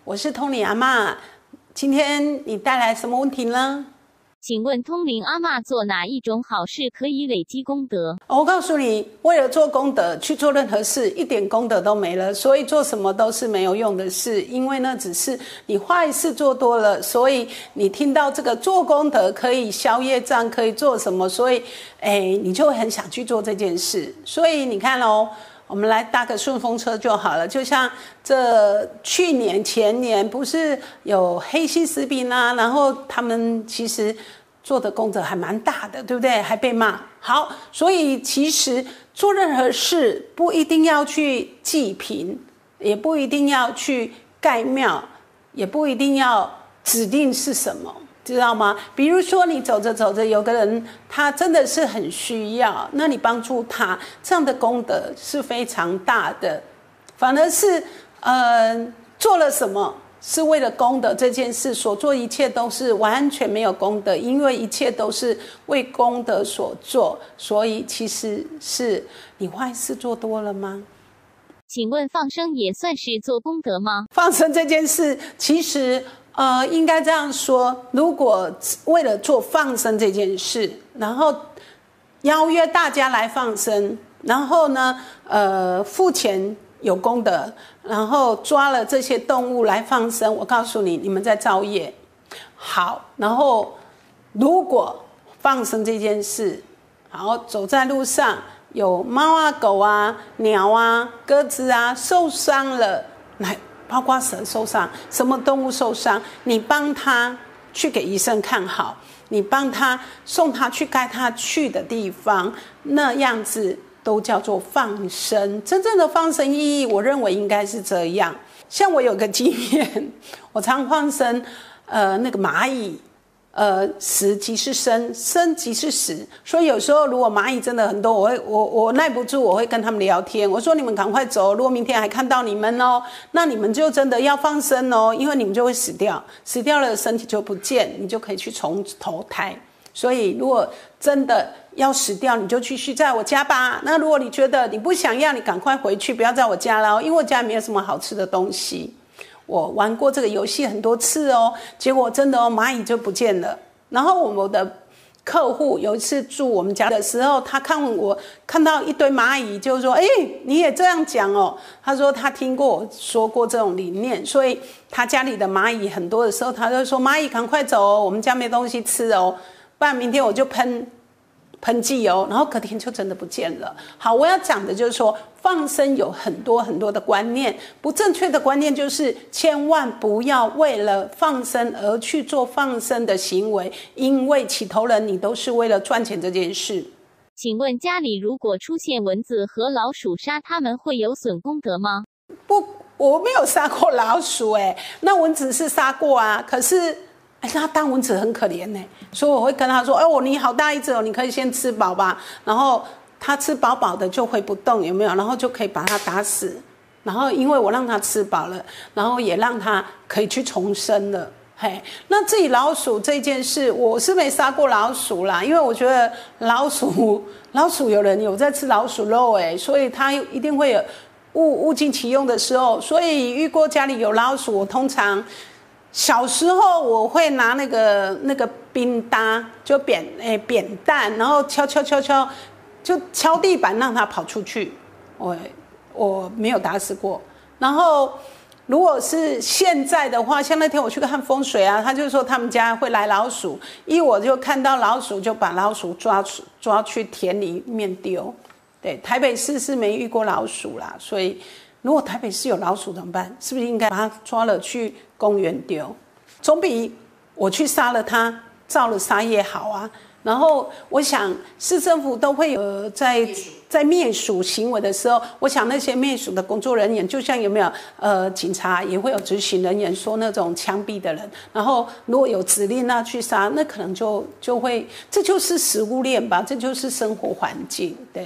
我是通灵阿嬷，今天你带来什么问题呢？ 请问通灵阿嬷做哪一种好事可以累积功德？ 我告诉你，为了做功德去做任何事，一点功德都没了，所以做什么都是没有用的事，因为那只是你坏事做多了，所以你听到这个做功德可以消业障，可以做什么，所以你就会很想去做这件事。所以你看哦，我们来搭个顺风车就好了，就像这去年前年不是有黑心食品啊，然后他们其实做的功德还蛮大的，对不对？还被骂。好，所以其实做任何事不一定要去祭品，也不一定要去盖庙，也不一定要指定是什么，知道吗？比如说你走着走着，有个人他真的是很需要，那你帮助他，这样的功德是非常大的。反而是做了什么是为了功德这件事，所做一切都是完全没有功德，因为一切都是为功德所做，所以其实是你坏事做多了吗？ 请问放生也算是做功德吗？ 放生这件事其实应该这样说，如果为了做放生这件事，然后邀约大家来放生，然后呢付钱有功德，然后抓了这些动物来放生，我告诉你，你们在造业。好，然后如果放生这件事，然后走在路上有猫啊狗啊鸟啊鸽子啊受伤了，来包括蛇受伤，什么动物受伤，你帮他去给医生看好，你帮他送他去该他去的地方，那样子都叫做放生。真正的放生意义，我认为应该是这样。像我有个经验，我常放生那个蚂蚁，死即是生，生即是死，所以有时候如果蚂蚁真的很多，我耐不住，我会跟他们聊天，我说你们赶快走，如果明天还看到你们哦，那你们就真的要放生哦，因为你们就会死掉，死掉了身体就不见，你就可以去重投胎。所以如果真的要死掉，你就继续在我家吧。那如果你觉得你不想要，你赶快回去，不要在我家了，因为我家没有什么好吃的东西。我玩过这个游戏很多次哦，结果真的蚂蚁就不见了。然后我的客户有一次住我们家的时候，他看我看到一堆蚂蚁，就说你也这样讲哦。他说他听过我说过这种理念，所以他家里的蚂蚁很多的时候，他就说蚂蚁赶快走哦，我们家没东西吃哦，不然明天我就喷剂哦，然后隔天就真的不见了。好，我要讲的就是说，放生有很多很多的观念，不正确的观念就是千万不要为了放生而去做放生的行为，因为起头人你都是为了赚钱这件事。 请问家里如果出现蚊子和老鼠杀它们，会有损功德吗？ 不，我没有杀过老鼠那蚊子是杀过啊，可是那当蚊子很可怜所以我会跟他说你好大一只哦，你可以先吃饱吧，然后他吃饱饱的就会不动，有没有？然后就可以把它打死，然后因为我让他吃饱了，然后也让他可以去重生了。那至于老鼠这件事，我是没杀过老鼠啦，因为我觉得老鼠有人有在吃老鼠肉所以他一定会有物尽其用的时候，所以遇过家里有老鼠，我通常小时候我会拿那个冰搭，就扁担，然后敲，就敲地板让它跑出去。我没有打死过。然后如果是现在的话，像那天我去看风水啊，他就说他们家会来老鼠，我就看到老鼠就把老鼠抓去田里面丢。对，台北市是没遇过老鼠啦，所以如果台北市有老鼠怎么办？是不是应该把它抓了去公园丢？总比我去杀了它，造了杀业好啊。然后我想市政府都会有在灭鼠行为的时候，我想那些灭鼠的工作人员，就像有没有警察也会有执行人员说那种枪毙的人，然后如果有指令去杀，那可能就会，这就是食物链吧，这就是生活环境。对。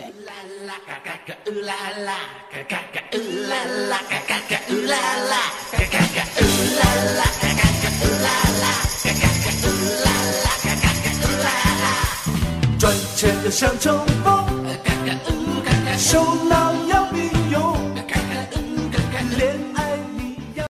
赚钱的像冲锋，手拿